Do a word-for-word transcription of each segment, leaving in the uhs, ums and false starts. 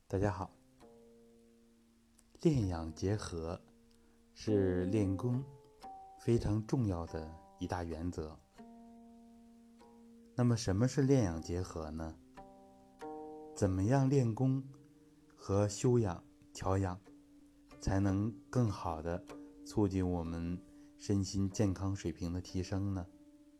大家好，练养结合是练功非常重要的一大原则。那么什么是练养结合呢？怎么样练功和修养调养才能更好的促进我们身心健康水平的提升呢？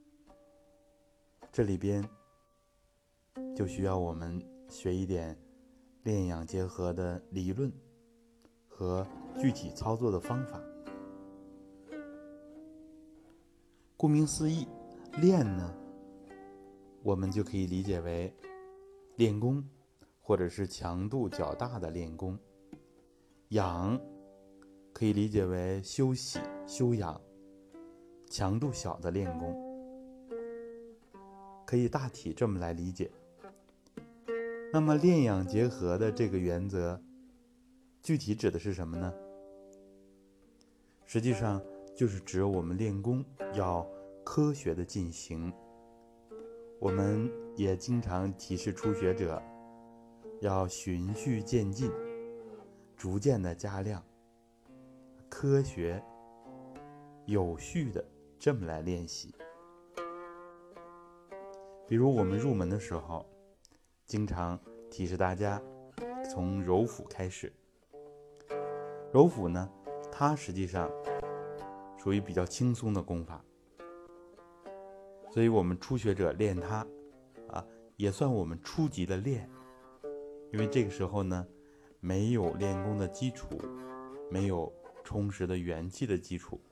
这里边就需要我们学一点练养结合的理论和具体操作的方法。顾名思义，练呢，我们就可以理解为练功，或者是强度较大的练功。养可以理解为休息休养，强度小的练功，可以大体这么来理解。那么练养结合的这个原则具体指的是什么呢？实际上就是指我们练功要科学的进行。我们也经常提示初学者要循序渐进，逐渐的加量，科学有序的这么来练习。比如我们入门的时候，经常提示大家从揉腹开始。揉腹呢，它实际上属于比较轻松的功法，所以我们初学者练它啊，也算我们初级的练。因为这个时候呢，没有练功的基础，没有充实的元气的基础，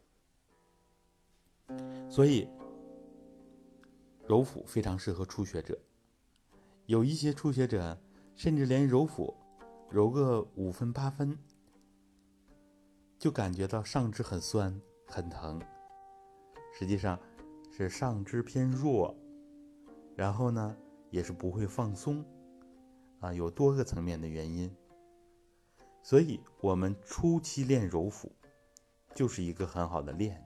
所以揉腹非常适合初学者。有一些初学者甚至连揉腹揉个五分八分，就感觉到上肢很酸很疼，实际上是上肢偏弱，然后呢也是不会放松啊，有多个层面的原因。所以我们初期练揉腹就是一个很好的练，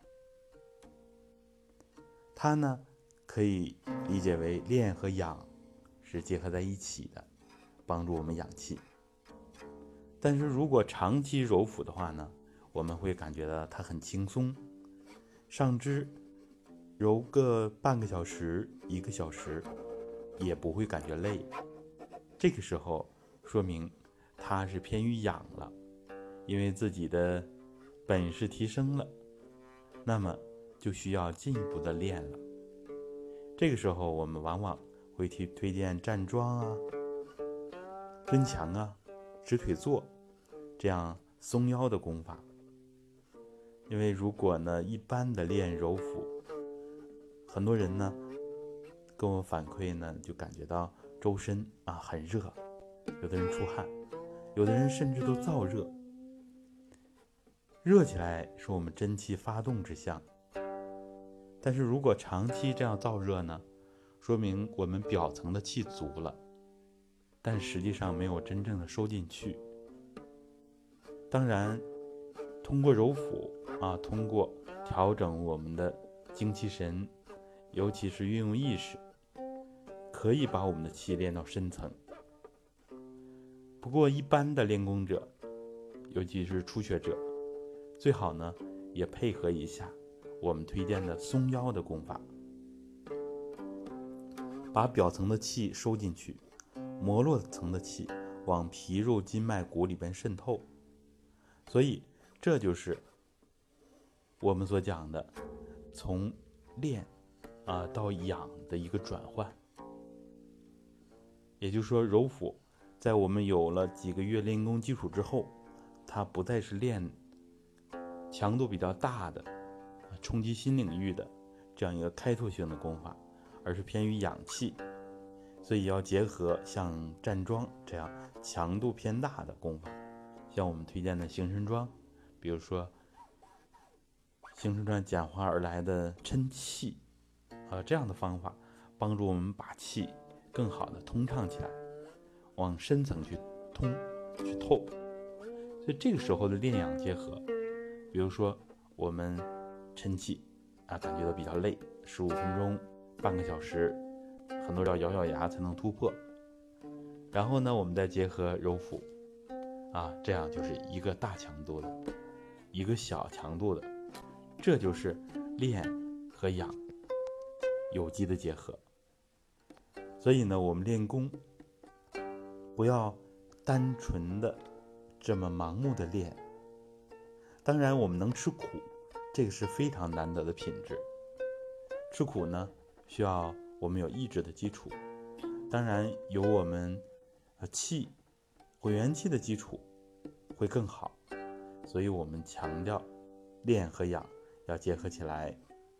它呢可以理解为练和养是结合在一起的，帮助我们养气。但是如果长期揉腹的话呢，我们会感觉到它很轻松，上肢揉个半个小时一个小时也不会感觉累。这个时候说明它是偏于养了，因为自己的本事提升了，那么就需要进一步的练了。这个时候我们往往会去推荐站桩啊、蹲墙啊、直腿坐这样松腰的功法。因为如果呢一般的练揉腹，很多人呢跟我反馈呢，就感觉到周身啊很热，有的人出汗，有的人甚至都燥热。热起来是我们真气发动之象，但是如果长期这样燥热呢，说明我们表层的气足了，但实际上没有真正的收进去。当然通过揉腹啊，通过调整我们的精气神，尤其是运用意识，可以把我们的气练到深层。不过一般的练功者，尤其是初学者，最好呢也配合一下我们推荐的松腰的功法，把表层的气收进去，磨落层的气往皮肉筋脉骨里边渗透。所以这就是我们所讲的从练啊到养的一个转换。也就是说，揉腹在我们有了几个月练功基础之后，它不再是练强度比较大的冲击新领域的这样一个开拓性的功法，而是偏于养气。所以要结合像站桩这样强度偏大的功法，像我们推荐的行神桩，比如说行神桩简化而来的抻气啊，这样的方法帮助我们把气更好的通畅起来，往深层去通去透。所以这个时候的练养结合，比如说我们抻气啊，感觉到比较累，十五分钟半个小时，很多人要咬咬牙才能突破。 然后呢，我们再结合揉腹啊，这样就是一个大强度的，一个小强度的，这就是练和养有机的结合。所以呢，我们练功不要单纯的这么盲目的练。当然我们能吃苦，这个是非常难得的品质。吃苦呢，需要我们有意志的基础，当然有我们气混元气的基础会更好。所以我们强调练和养要结合起来。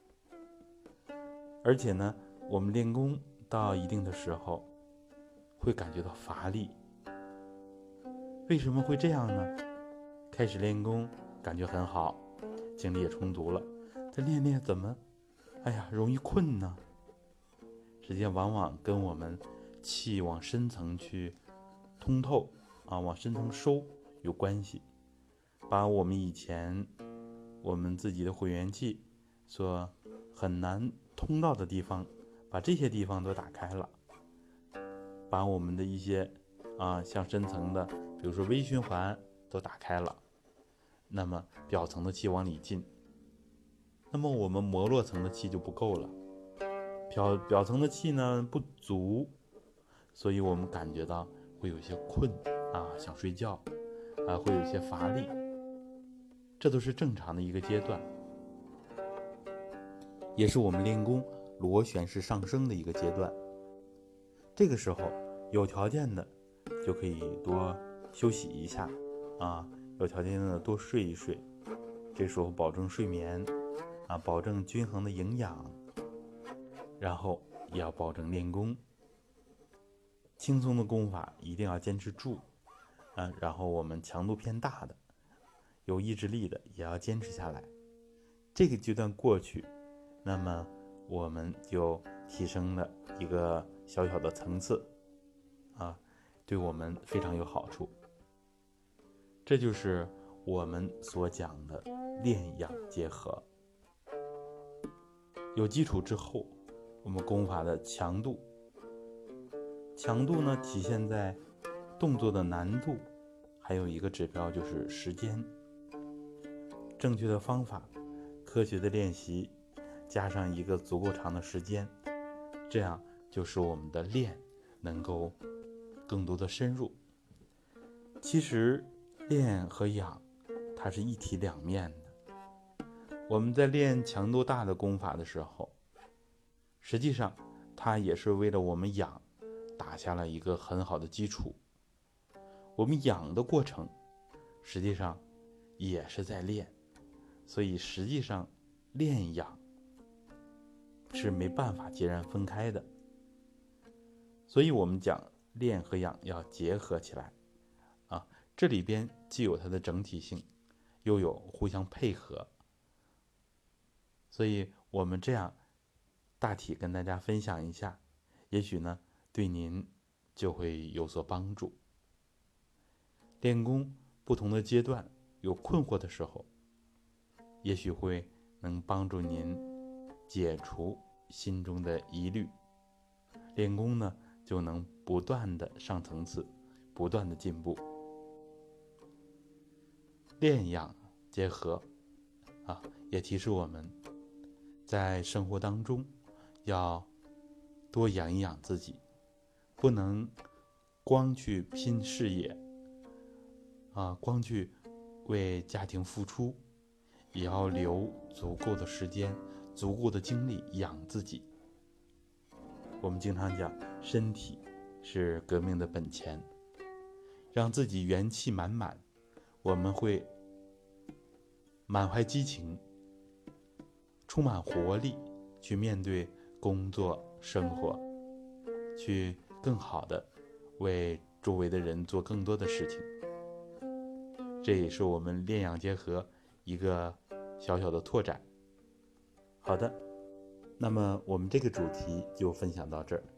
而且呢，我们练功到一定的时候会感觉到乏力。为什么会这样呢？开始练功感觉很好，精力也充足了，但练练怎么哎呀容易困呢？实际上往往跟我们气往深层去通透啊，往深层收有关系。把我们以前我们自己的混元气所很难通到的地方，把这些地方都打开了，把我们的一些啊向深层的，比如说微循环都打开了，那么表层的气往里进，那么我们膜络层的气就不够了，表表层的气呢不足，所以我们感觉到会有些困啊，想睡觉啊，会有些乏力，这都是正常的一个阶段，也是我们练功螺旋式上升的一个阶段。这个时候有条件的就可以多休息一下啊，有条件的多睡一睡，这时候保证睡眠啊，保证均衡的营养，然后也要保证练功。轻松的功法一定要坚持住啊，然后我们强度偏大的有意志力的也要坚持下来。这个阶段过去，那么我们就提升了一个小小的层次啊，对我们非常有好处。这就是我们所讲的练养结合。有基础之后，我们功法的强度强度呢体现在动作的难度，还有一个指标就是时间。正确的方法，科学的练习，加上一个足够长的时间，这样就使我们的练能够更多的深入。其实练和养它是一体两面的。我们在练强度大的功法的时候，实际上它也是为了我们养打下了一个很好的基础。我们养的过程实际上也是在练，所以实际上练养是没办法截然分开的。所以我们讲练和养要结合起来啊，这里边既有它的整体性，又有互相配合。所以我们这样大体跟大家分享一下，也许呢对您就会有所帮助。练功不同的阶段有困惑的时候，也许会能帮助您解除心中的疑虑，练功呢就能不断的上层次，不断的进步。练养结合啊，也提示我们在生活当中要多养一养自己，不能光去拼事业啊，光去为家庭付出，也要留足够的时间，足够的精力养自己。我们经常讲，身体是革命的本钱，让自己元气满满，我们会满怀激情，充满活力去面对工作生活，去更好的为周围的人做更多的事情。这也是我们练养结合一个小小的拓展。好的，那么我们这个主题就分享到这儿。